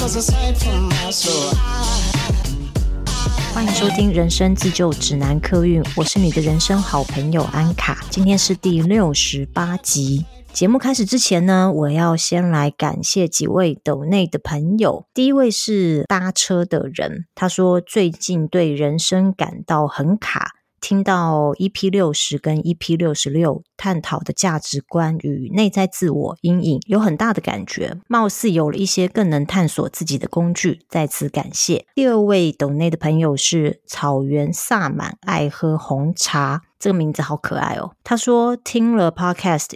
欢迎收听人生自救指南客运，我是你的人生好朋友安卡，今天是第68集。节目开始之前呢，我要先来感谢几位斗内的朋友。第一位是搭车的人，他说最近对人生感到很卡，听到 EP60 跟 EP66 探讨的价值观与内在自我阴影有很大的感觉，貌似有了一些更能探索自己的工具，在此感谢。第二位斗内的朋友是草原萨满爱喝红茶，这个名字好可爱哦。他说听了 Podcast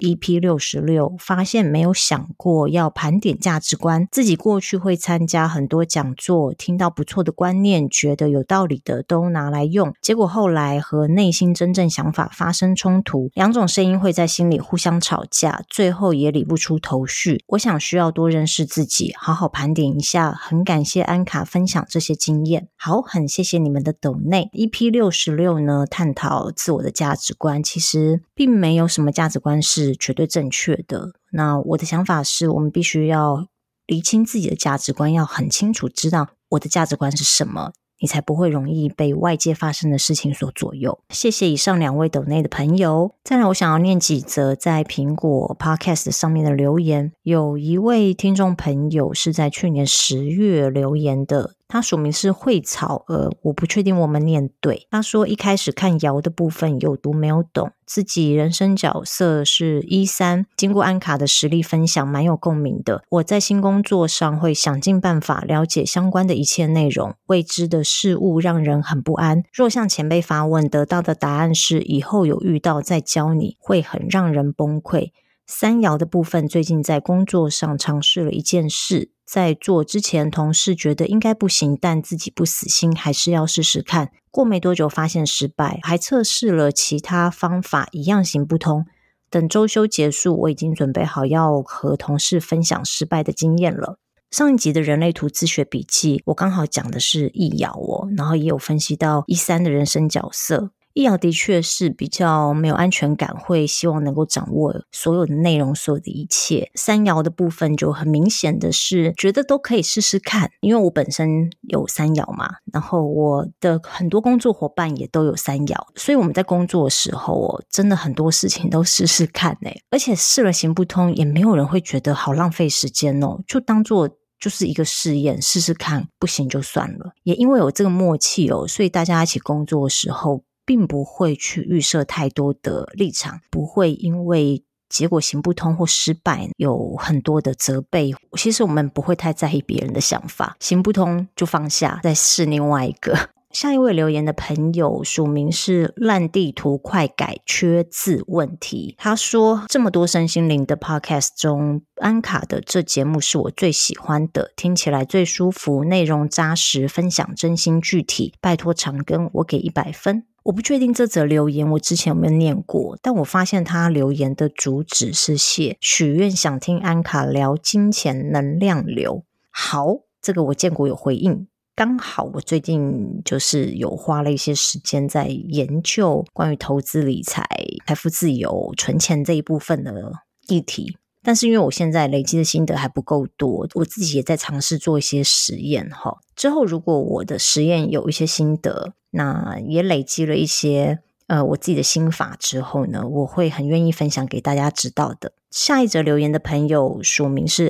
EP66 发现没有想过要盘点价值观，自己过去会参加很多讲座，听到不错的观念，觉得有道理的都拿来用，结果后来和内心真正想法发生冲突，两种声音会在心里互相吵架，最后也理不出头绪。我想需要多认识自己，好好盘点一下，很感谢安卡分享这些经验。好，很谢谢你们的斗内。 EP66 呢，探讨自我的价值观，其实并没有什么价值观是绝对正确的。那我的想法是，我们必须要厘清自己的价值观，要很清楚知道我的价值观是什么，你才不会容易被外界发生的事情所左右。谢谢以上两位斗内的朋友。再来，我想要念几则在苹果 Podcast 上面的留言。有一位听众朋友是在去年10月留言的，他署名是惠草儿，我不确定我们念对。他说一开始看瑶的部分有读没有懂，自己人生角色是13，经过安卡的实力分享蛮有共鸣的。我在新工作上会想尽办法了解相关的一切内容，未知的事物让人很不安，若向前辈发问得到的答案是以后有遇到再教你，会很让人崩溃。3爻的部分，最近在工作上尝试了一件事，在做之前同事觉得应该不行，但自己不死心，还是要试试看。过没多久发现失败，还测试了其他方法，一样行不通。等周休结束，我已经准备好要和同事分享失败的经验了。上一集的人类图自学笔记，我刚好讲的是一爻哦，然后也有分析到13的人生角色。一爻的确是比较没有安全感，会希望能够掌握所有的内容，所有的一切。3爻的部分就很明显的是觉得都可以试试看，因为我本身有3爻嘛，然后我的很多工作伙伴也都有3爻，所以我们在工作的时候真的很多事情都试试看而且试了行不通，也没有人会觉得好浪费时间就当做就是一个试验，试试看，不行就算了。也因为有这个默契所以大家一起工作的时候并不会去预设太多的立场，不会因为结果行不通或失败有很多的责备。其实我们不会太在意别人的想法，行不通就放下，再试另外一个。下一位留言的朋友署名是烂地图快改缺字问题，他说这么多身心灵的 podcast 中，安卡的这节目是我最喜欢的，听起来最舒服，内容扎实，分享真心具体，拜托长庚，我给100分。我不确定这则留言我之前有没有念过，但我发现他留言的主旨是写许愿想听安卡聊金钱能量流。好，这个我建国有回应，刚好我最近就是有花了一些时间在研究关于投资理财、财富自由、存钱这一部分的议题，但是因为我现在累积的心得还不够多，我自己也在尝试做一些实验之后如果我的实验有一些心得，那也累积了一些我自己的心法之后呢，我会很愿意分享给大家知道的。下一则留言的朋友署名是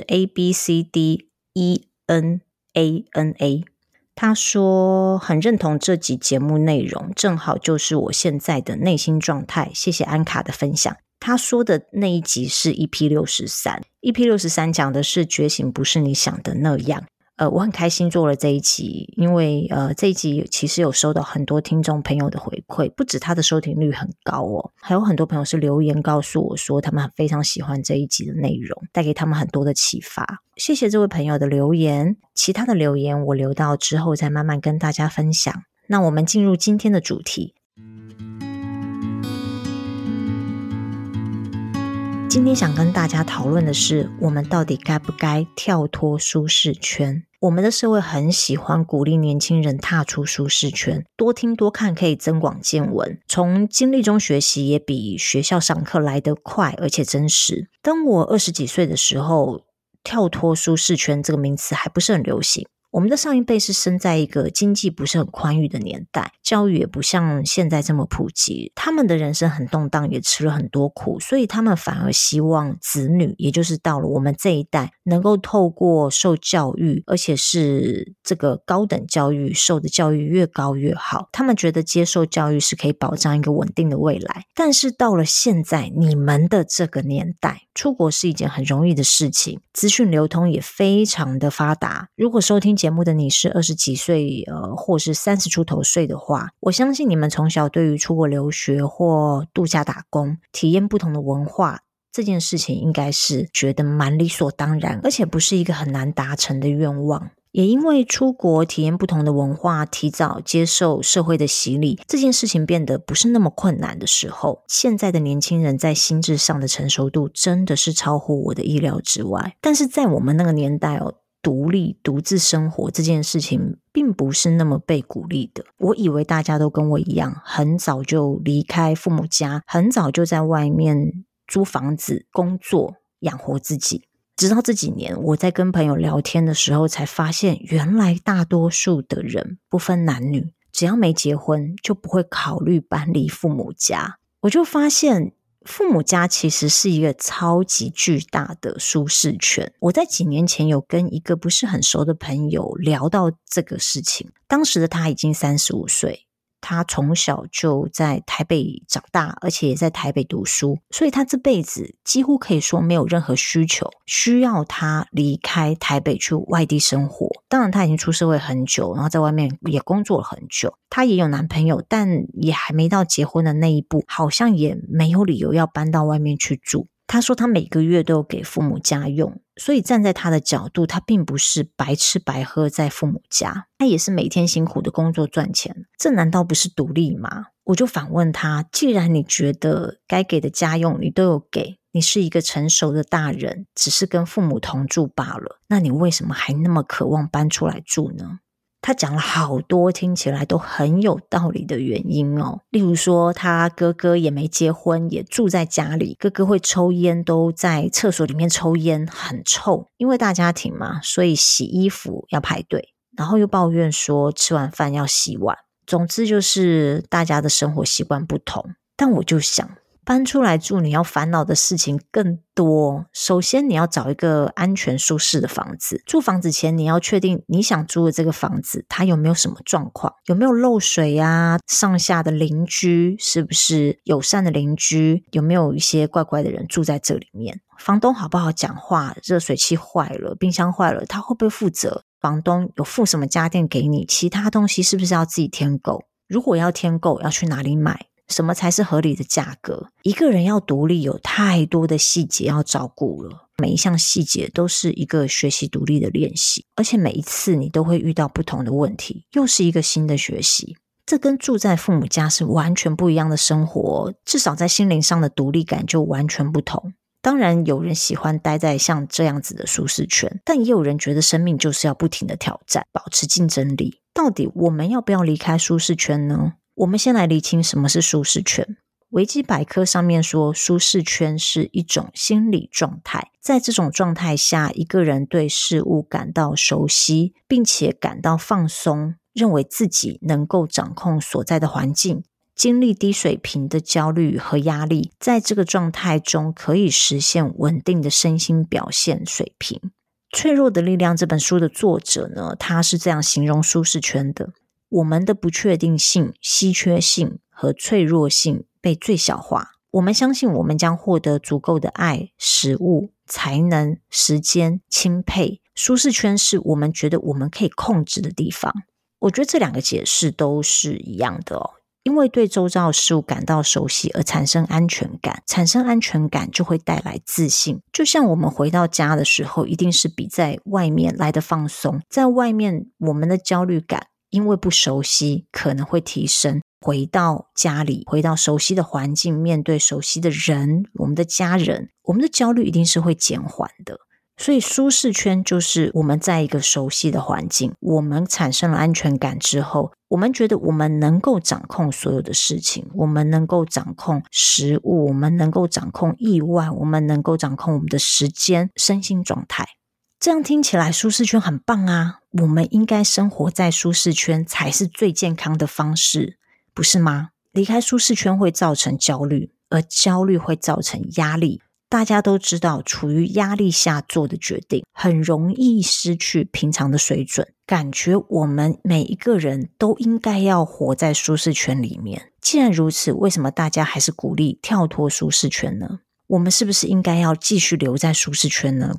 ABCDENANA， 他说很认同这集节目内容，正好就是我现在的内心状态，谢谢安卡的分享。他说的那一集是 EP63， EP63 讲的是觉醒不是你想的那样。我很开心做了这一集，因为这一集其实有收到很多听众朋友的回馈，不止他的收听率很高还有很多朋友是留言告诉我说他们非常喜欢这一集的内容，带给他们很多的启发。谢谢这位朋友的留言，其他的留言我留到之后再慢慢跟大家分享。那我们进入今天的主题。今天想跟大家讨论的是，我们到底该不该跳脱舒适圈？我们的社会很喜欢鼓励年轻人踏出舒适圈，多听多看可以增广见闻，从经历中学习也比学校上课来得快而且真实。当我20几岁的时候， 跳脱舒适圈这个名词还不是很流行。我们的上一辈是生在一个经济不是很宽裕的年代，教育也不像现在这么普及，他们的人生很动荡，也吃了很多苦，所以他们反而希望子女，也就是到了我们这一代，能够透过受教育，而且是这个高等教育，受的教育越高越好，他们觉得接受教育是可以保障一个稳定的未来。但是到了现在你们的这个年代，出国是一件很容易的事情，资讯流通也非常的发达。如果收听节目的你是20几岁或是30出头岁的话，我相信你们从小对于出国留学或度假打工，体验不同的文化，这件事情应该是觉得蛮理所当然，而且不是一个很难达成的愿望。也因为出国体验不同的文化，提早接受社会的洗礼，这件事情变得不是那么困难的时候，现在的年轻人在心智上的成熟度真的是超乎我的意料之外。但是在我们那个年代独立独自生活这件事情并不是那么被鼓励的。我以为大家都跟我一样，很早就离开父母家，很早就在外面租房子工作养活自己。直到这几年我在跟朋友聊天的时候才发现，原来大多数的人不分男女，只要没结婚就不会考虑搬离父母家。我就发现父母家其实是一个超级巨大的舒适圈。我在几年前有跟一个不是很熟的朋友聊到这个事情，当时的他已经35岁，他从小就在台北长大，而且也在台北读书，所以他这辈子几乎可以说没有任何需求需要他离开台北去外地生活。当然他已经出社会很久，然后在外面也工作了很久，他也有男朋友，但也还没到结婚的那一步，好像也没有理由要搬到外面去住。他说他每个月都有给父母家用，所以站在他的角度，他并不是白吃白喝在父母家，他也是每天辛苦的工作赚钱，这难道不是独立吗？我就反问他，既然你觉得该给的家用你都有给，你是一个成熟的大人，只是跟父母同住罢了，那你为什么还那么渴望搬出来住呢？他讲了好多听起来都很有道理的原因例如说他哥哥也没结婚，也住在家里，哥哥会抽烟，都在厕所里面抽烟，很臭，因为大家庭嘛，所以洗衣服要排队，然后又抱怨说吃完饭要洗碗。总之就是大家的生活习惯不同。但我就想，搬出来住你要烦恼的事情更多。首先你要找一个安全舒适的房子，住房子前你要确定你想租的这个房子它有没有什么状况，有没有漏水啊，上下的邻居是不是友善的邻居，有没有一些怪怪的人住在这里面，房东好不好讲话，热水器坏了，冰箱坏了，他会不会负责，房东有付什么家电给你，其他东西是不是要自己添购，如果要添购要去哪里买，什么才是合理的价格。一个人要独立有太多的细节要照顾了，每一项细节都是一个学习独立的练习，而且每一次你都会遇到不同的问题，又是一个新的学习。这跟住在父母家是完全不一样的生活，至少在心灵上的独立感就完全不同。当然有人喜欢待在像这样子的舒适圈，但也有人觉得生命就是要不停的挑战，保持竞争力。到底我们要不要离开舒适圈呢？我们先来厘清什么是舒适圈。维基百科上面说，舒适圈是一种心理状态，在这种状态下，一个人对事物感到熟悉，并且感到放松，认为自己能够掌控所在的环境，经历低水平的焦虑和压力，在这个状态中可以实现稳定的身心表现水平。脆弱的力量这本书的作者呢，他是这样形容舒适圈的：我们的不确定性、稀缺性和脆弱性被最小化，我们相信我们将获得足够的爱、食物、才能、时间、钦佩。舒适圈是我们觉得我们可以控制的地方。我觉得这两个解释都是一样的因为对周遭的事物感到熟悉而产生安全感，产生安全感就会带来自信。就像我们回到家的时候，一定是比在外面来的放松，在外面我们的焦虑感因为不熟悉可能会提升，回到家里，回到熟悉的环境，面对熟悉的人，我们的家人，我们的焦虑一定是会减缓的。所以舒适圈就是我们在一个熟悉的环境，我们产生了安全感之后，我们觉得我们能够掌控所有的事情，我们能够掌控食物，我们能够掌控意外，我们能够掌控我们的时间、身心状态。 这样听起来舒适圈很棒啊，我们应该生活在舒适圈才是最健康的方式，不是吗？离开舒适圈会造成焦虑，而焦虑会造成压力。大家都知道，处于压力下做的决定很容易失去平常的水准，感觉我们每一个人都应该要活在舒适圈里面。既然如此，为什么大家还是鼓励跳脱舒适圈呢？我们是不是应该要继续留在舒适圈呢？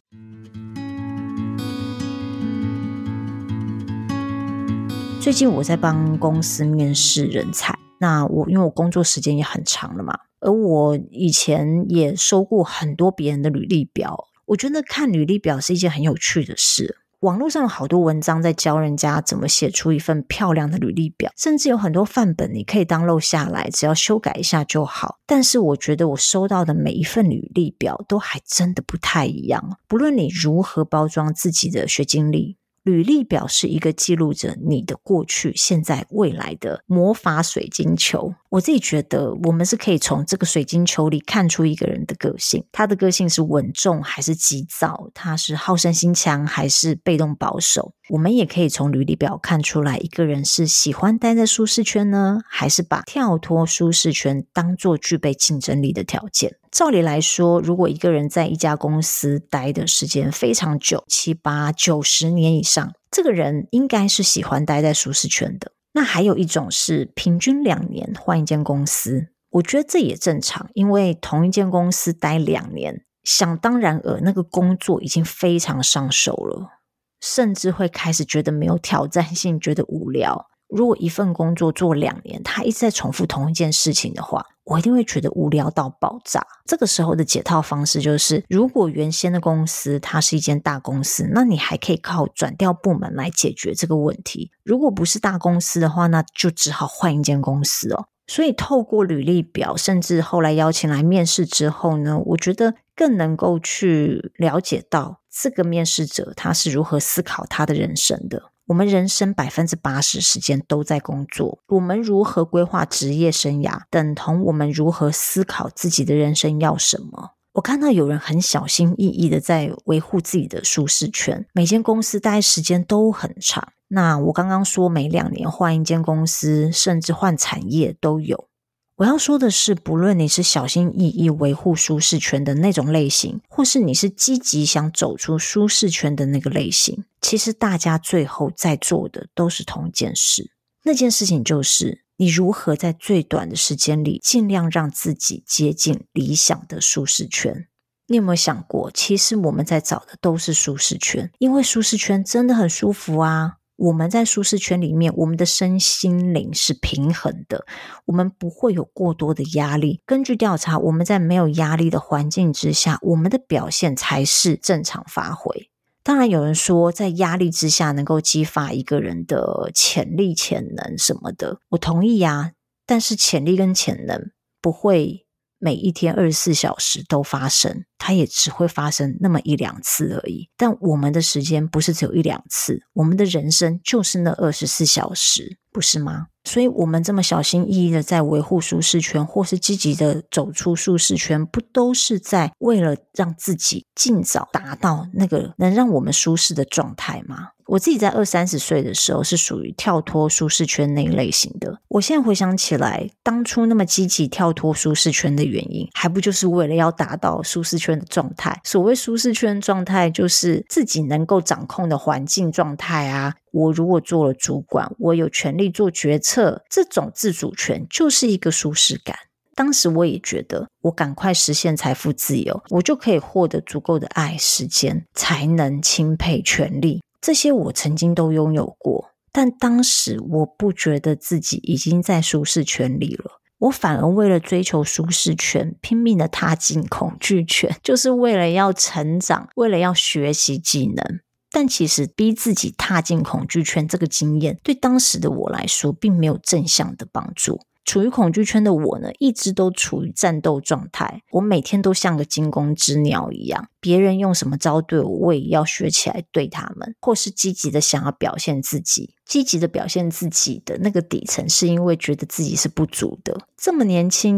最近我在帮公司面试人才，那因为我工作时间也很长了嘛，而我以前也收过很多别人的履历表，我觉得看履历表是一件很有趣的事。网络上有好多文章在教人家怎么写出一份漂亮的履历表，甚至有很多范本你可以download下来，只要修改一下就好。但是我觉得我收到的每一份履历表都还真的不太一样，不论你如何包装自己的学经历，履历表是一个记录着你的过去、现在、未来的魔法水晶球。我自己觉得我们是可以从这个水晶球里看出一个人的个性，他的个性是稳重还是急躁，他是好胜心强还是被动保守。我们也可以从履历表看出来一个人是喜欢待在舒适圈呢，还是把跳脱舒适圈当作具备竞争力的条件。照理来说，如果一个人在一家公司待的时间非常久，7、8、90年以上，这个人应该是喜欢待在舒适圈的。那还有一种是平均2年换一间公司，我觉得这也正常，因为同一间公司待2年，想当然尔那个工作已经非常上手了，甚至会开始觉得没有挑战性，觉得无聊。如果一份工作做2年，他一直在重复同一件事情的话，我一定会觉得无聊到爆炸。这个时候的解套方式就是，如果原先的公司它是一间大公司，那你还可以靠转调部门来解决这个问题。如果不是大公司的话，那就只好换一间公司哦。所以透过履历表，甚至后来邀请来面试之后呢，我觉得更能够去了解到这个面试者他是如何思考他的人生的。我们人生 80% 时间都在工作，我们如何规划职业生涯，等同我们如何思考自己的人生要什么。我看到有人很小心翼翼的在维护自己的舒适圈，每间公司待时间都很长。那我刚刚说每2年换一间公司，甚至换产业都有。我要说的是，不论你是小心翼翼维护舒适圈的那种类型，或是你是积极想走出舒适圈的那个类型，其实大家最后在做的都是同一件事。那件事情就是你如何在最短的时间里尽量让自己接近理想的舒适圈。你有没有想过，其实我们在找的都是舒适圈，因为舒适圈真的很舒服啊。我们在舒适圈里面，我们的身心灵是平衡的，我们不会有过多的压力。根据调查，我们在没有压力的环境之下，我们的表现才是正常发挥。当然有人说在压力之下能够激发一个人的潜力潜能什么的，我同意啊，但是潜力跟潜能不会每一天24小时都发生，它也只会发生那么1-2次而已。但我们的时间不是只有1-2次，我们的人生就是那24小时，不是吗？所以我们这么小心翼翼的在维护舒适圈，或是积极的走出舒适圈，不都是在为了让自己尽早达到那个能让我们舒适的状态吗？我自己在20-30岁的时候是属于跳脱舒适圈那一类型的。我现在回想起来，当初那么积极跳脱舒适圈的原因，还不就是为了要达到舒适圈的状态。所谓舒适圈状态，就是自己能够掌控的环境状态啊。我如果做了主管，我有权利做决策，这种自主权就是一个舒适感。当时我也觉得我赶快实现财富自由，我就可以获得足够的爱、时间、才能、钦佩、权利，这些我曾经都拥有过。但当时我不觉得自己已经在舒适圈里了，我反而为了追求舒适圈拼命的踏进恐惧圈，就是为了要成长，为了要学习技能。但其实逼自己踏进恐惧圈这个经验，对当时的我来说并没有正向的帮助。处于恐惧圈的我呢，一直都处于战斗状态，我每天都像个惊弓之鸟一样，别人用什么招对我，我也要学起来对他们，或是积极的想要表现自己。积极的表现自己的那个底层，是因为觉得自己是不足的。这么年轻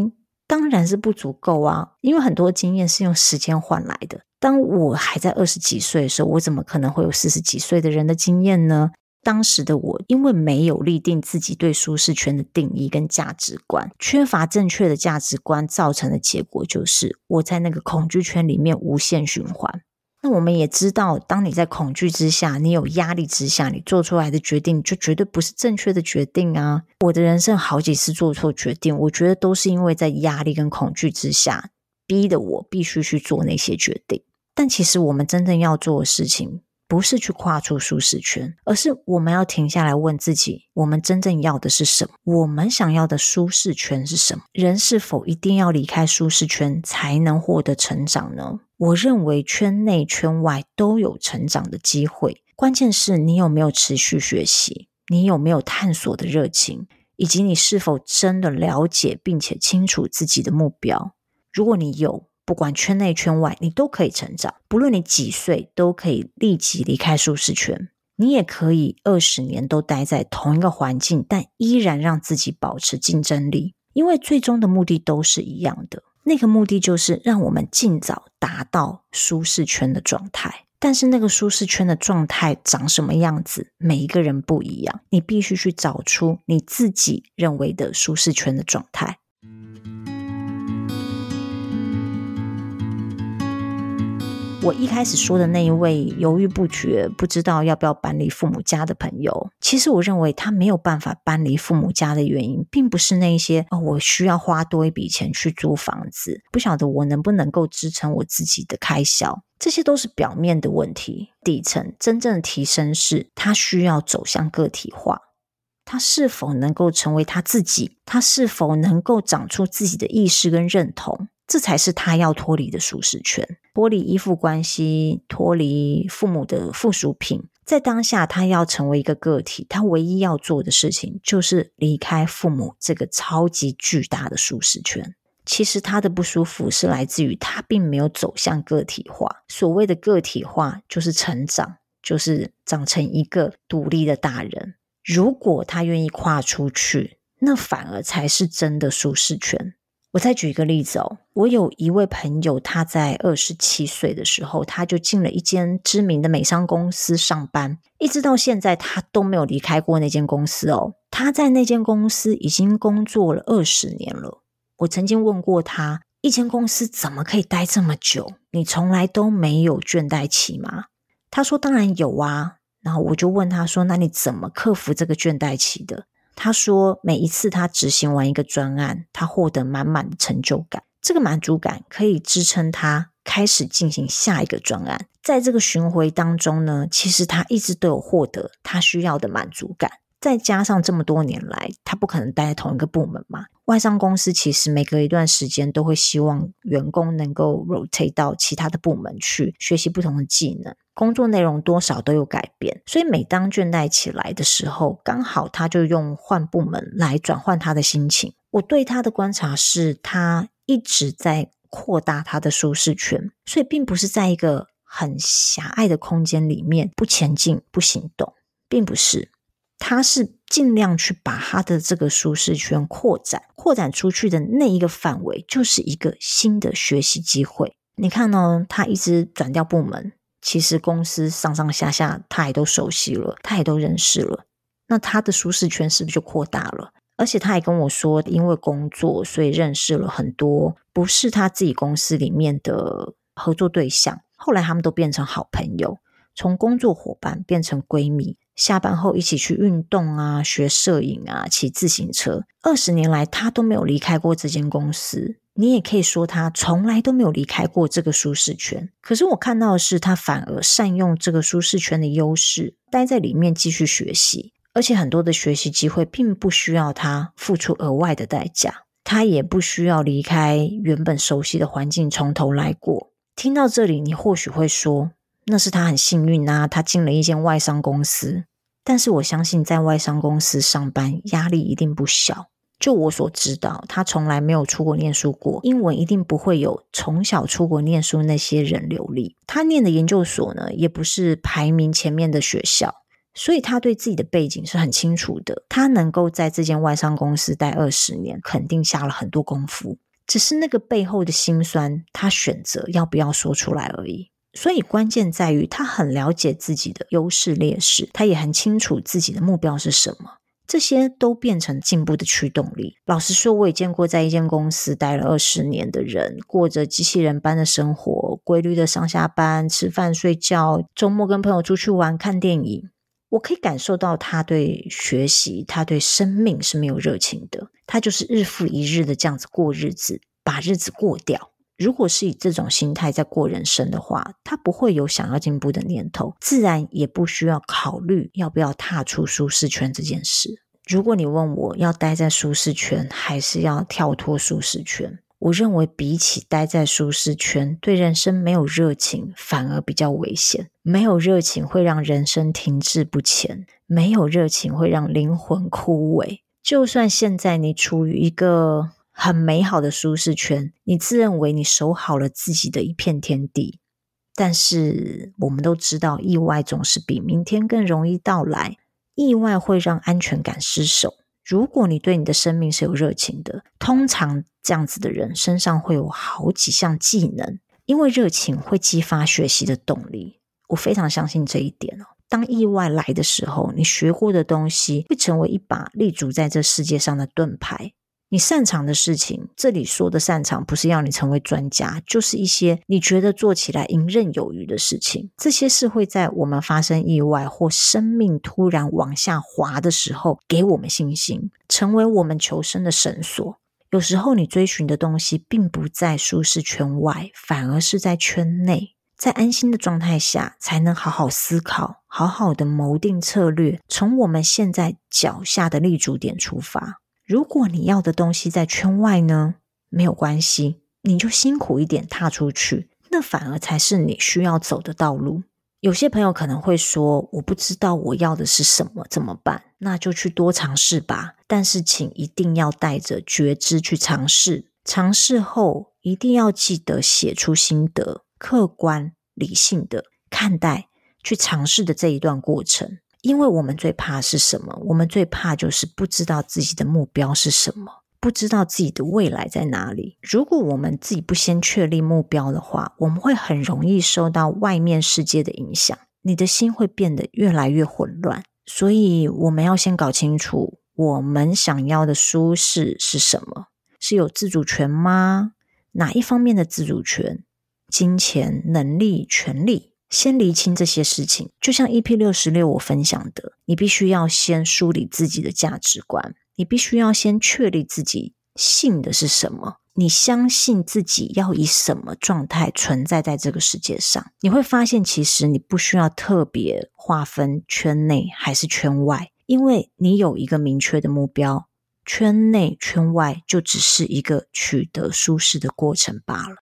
当然是不足够啊，因为很多经验是用时间换来的。当我还在20几岁的时候，我怎么可能会有40几岁的人的经验呢？当时的我因为没有立定自己对舒适圈的定义跟价值观，缺乏正确的价值观造成的结果就是我在那个恐惧圈里面无限循环。那我们也知道，当你在恐惧之下，你有压力之下，你做出来的决定就绝对不是正确的决定啊。我的人生好几次做错决定，我觉得都是因为在压力跟恐惧之下，逼得我必须去做那些决定。但其实我们真正要做的事情不是去跨出舒适圈，而是我们要停下来问自己，我们真正要的是什么？我们想要的舒适圈是什么？人是否一定要离开舒适圈才能获得成长呢？我认为圈内圈外都有成长的机会，关键是你有没有持续学习，你有没有探索的热情，以及你是否真的了解并且清楚自己的目标。如果你有，不管圈内圈外，你都可以成长，不论你几岁都可以立即离开舒适圈。你也可以20年都待在同一个环境，但依然让自己保持竞争力，因为最终的目的都是一样的，那个目的就是让我们尽早达到舒适圈的状态。但是那个舒适圈的状态长什么样子，每一个人不一样，你必须去找出你自己认为的舒适圈的状态。我一开始说的那一位犹豫不决，不知道要不要搬离父母家的朋友，其实我认为他没有办法搬离父母家的原因，并不是那些我需要花多一笔钱去租房子，不晓得我能不能够支撑我自己的开销，这些都是表面的问题。底层真正的提升是他需要走向个体化，他是否能够成为他自己，他是否能够长出自己的意识跟认同，这才是他要脱离的舒适圈。脱离依附关系，脱离父母的附属品，在当下他要成为一个个体，他唯一要做的事情就是离开父母这个超级巨大的舒适圈。其实他的不舒服是来自于他并没有走向个体化。所谓的个体化就是成长，就是长成一个独立的大人。如果他愿意跨出去，那反而才是真的舒适圈。我再举一个例子我有一位朋友，他在27岁的时候，他就进了一间知名的美商公司上班，一直到现在他都没有离开过那间公司他在那间公司已经工作了20年了。我曾经问过他，一间公司怎么可以待这么久？你从来都没有倦怠期吗？他说当然有啊。然后我就问他说，那你怎么克服这个倦怠期的？他说每一次他执行完一个专案，他获得满满的成就感，这个满足感可以支撑他开始进行下一个专案。在这个巡回当中呢，其实他一直都有获得他需要的满足感。再加上这么多年来，他不可能待在同一个部门嘛，外商公司其实每隔一段时间都会希望员工能够 rotate 到其他的部门去学习不同的技能，工作内容多少都有改变，所以每当倦怠起来的时候，刚好他就用换部门来转换他的心情。我对他的观察是，他一直在扩大他的舒适圈，所以并不是在一个很狭隘的空间里面不前进不行动，并不是，他是尽量去把他的这个舒适圈扩展出去的那一个范围，就是一个新的学习机会。你看他一直转调部门，其实公司上上下下他也都熟悉了，他也都认识了，那他的舒适圈是不是就扩大了？而且他也跟我说，因为工作所以认识了很多不是他自己公司里面的合作对象，后来他们都变成好朋友，从工作伙伴变成闺蜜，下班后一起去运动啊，学摄影啊，骑自行车。20年来他都没有离开过这间公司，你也可以说他从来都没有离开过这个舒适圈。可是我看到的是，他反而善用这个舒适圈的优势，待在里面继续学习，而且很多的学习机会并不需要他付出额外的代价，他也不需要离开原本熟悉的环境从头来过。听到这里，你或许会说，那是他很幸运啊，他进了一间外商公司。但是我相信在外商公司上班压力一定不小。就我所知道，他从来没有出国念书过，英文一定不会有从小出国念书那些人流利。他念的研究所呢，也不是排名前面的学校，所以他对自己的背景是很清楚的。他能够在这间外商公司待20年，肯定下了很多功夫。 只是那个背后的辛酸，他选择要不要说出来而已。所以关键在于他很了解自己的优势劣势，他也很清楚自己的目标是什么，这些都变成进步的驱动力。老实说，我也见过在一间公司待了20年的人，过着机器人般的生活，规律的上下班，吃饭睡觉，周末跟朋友出去玩看电影。我可以感受到他对学习，他对生命是没有热情的，他就是日复一日的这样子过日子，把日子过掉。如果是以这种心态在过人生的话，他不会有想要进步的念头，自然也不需要考虑要不要踏出舒适圈这件事。如果你问我要待在舒适圈还是要跳脱舒适圈，我认为比起待在舒适圈，对人生没有热情反而比较危险。没有热情会让人生停滞不前，没有热情会让灵魂枯萎。就算现在你处于一个很美好的舒适圈，你自认为你守好了自己的一片天地，但是我们都知道意外总是比明天更容易到来，意外会让安全感失守。如果你对你的生命是有热情的，通常这样子的人身上会有好几项技能，因为热情会激发学习的动力。我非常相信这一点哦。当意外来的时候，你学过的东西会成为一把立足在这世界上的盾牌。你擅长的事情，这里说的擅长不是要你成为专家，就是一些你觉得做起来游刃有余的事情。这些是会在我们发生意外或生命突然往下滑的时候给我们信心，成为我们求生的绳索。有时候你追寻的东西并不在舒适圈外，反而是在圈内。在安心的状态下，才能好好思考，好好的谋定策略，从我们现在脚下的立足点出发。如果你要的东西在圈外呢，没有关系，你就辛苦一点踏出去，那反而才是你需要走的道路。有些朋友可能会说，我不知道我要的是什么，怎么办？那就去多尝试吧，但是请一定要带着觉知去尝试，尝试后一定要记得写出心得，客观理性的看待去尝试的这一段过程。因为我们最怕是什么？我们最怕就是不知道自己的目标是什么，不知道自己的未来在哪里。如果我们自己不先确立目标的话，我们会很容易受到外面世界的影响，你的心会变得越来越混乱。所以我们要先搞清楚我们想要的舒适是什么，是有自主权吗？哪一方面的自主权？金钱、能力、权利？先厘清这些事情，就像 EP66 我分享的，你必须要先梳理自己的价值观，你必须要先确立自己信的是什么，你相信自己要以什么状态存在在这个世界上。你会发现其实你不需要特别划分圈内还是圈外，因为你有一个明确的目标，圈内圈外就只是一个取得舒适的过程罢了。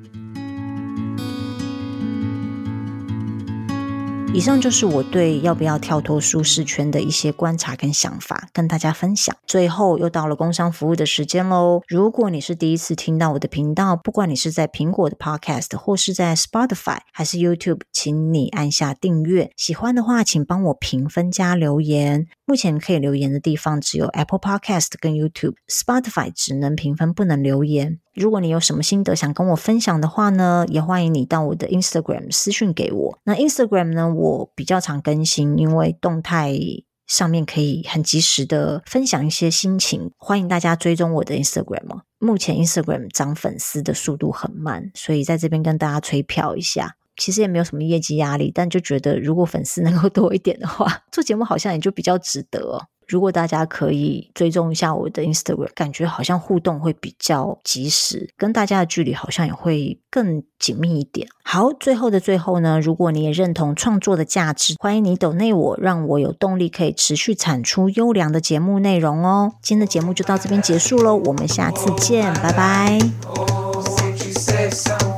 以上就是我对要不要跳脱舒适圈的一些观察跟想法，跟大家分享。最后又到了工商服务的时间咯。如果你是第一次听到我的频道，不管你是在苹果的 Podcast 或是在 Spotify 还是 YouTube， 请你按下订阅。喜欢的话请帮我评分加留言。目前可以留言的地方只有 Apple Podcast 跟 YouTube， Spotify 只能评分不能留言。如果你有什么心得想跟我分享的话呢，也欢迎你到我的 Instagram 私讯给我。那 Instagram 呢，我比较常更新，因为动态上面可以很及时的分享一些心情，欢迎大家追踪我的 Instagram。 目前 Instagram 涨粉丝的速度很慢，所以在这边跟大家催票一下。其实也没有什么业绩压力，但就觉得如果粉丝能够多一点的话，做节目好像也就比较值得哦。如果大家可以追踪一下我的 Instagram， 感觉好像互动会比较及时，跟大家的距离好像也会更紧密一点。好，最后的最后呢，如果你也认同创作的价值，欢迎你抖内我，让我有动力可以持续产出优良的节目内容哦。今天的节目就到这边结束咯，我们下次见，拜拜。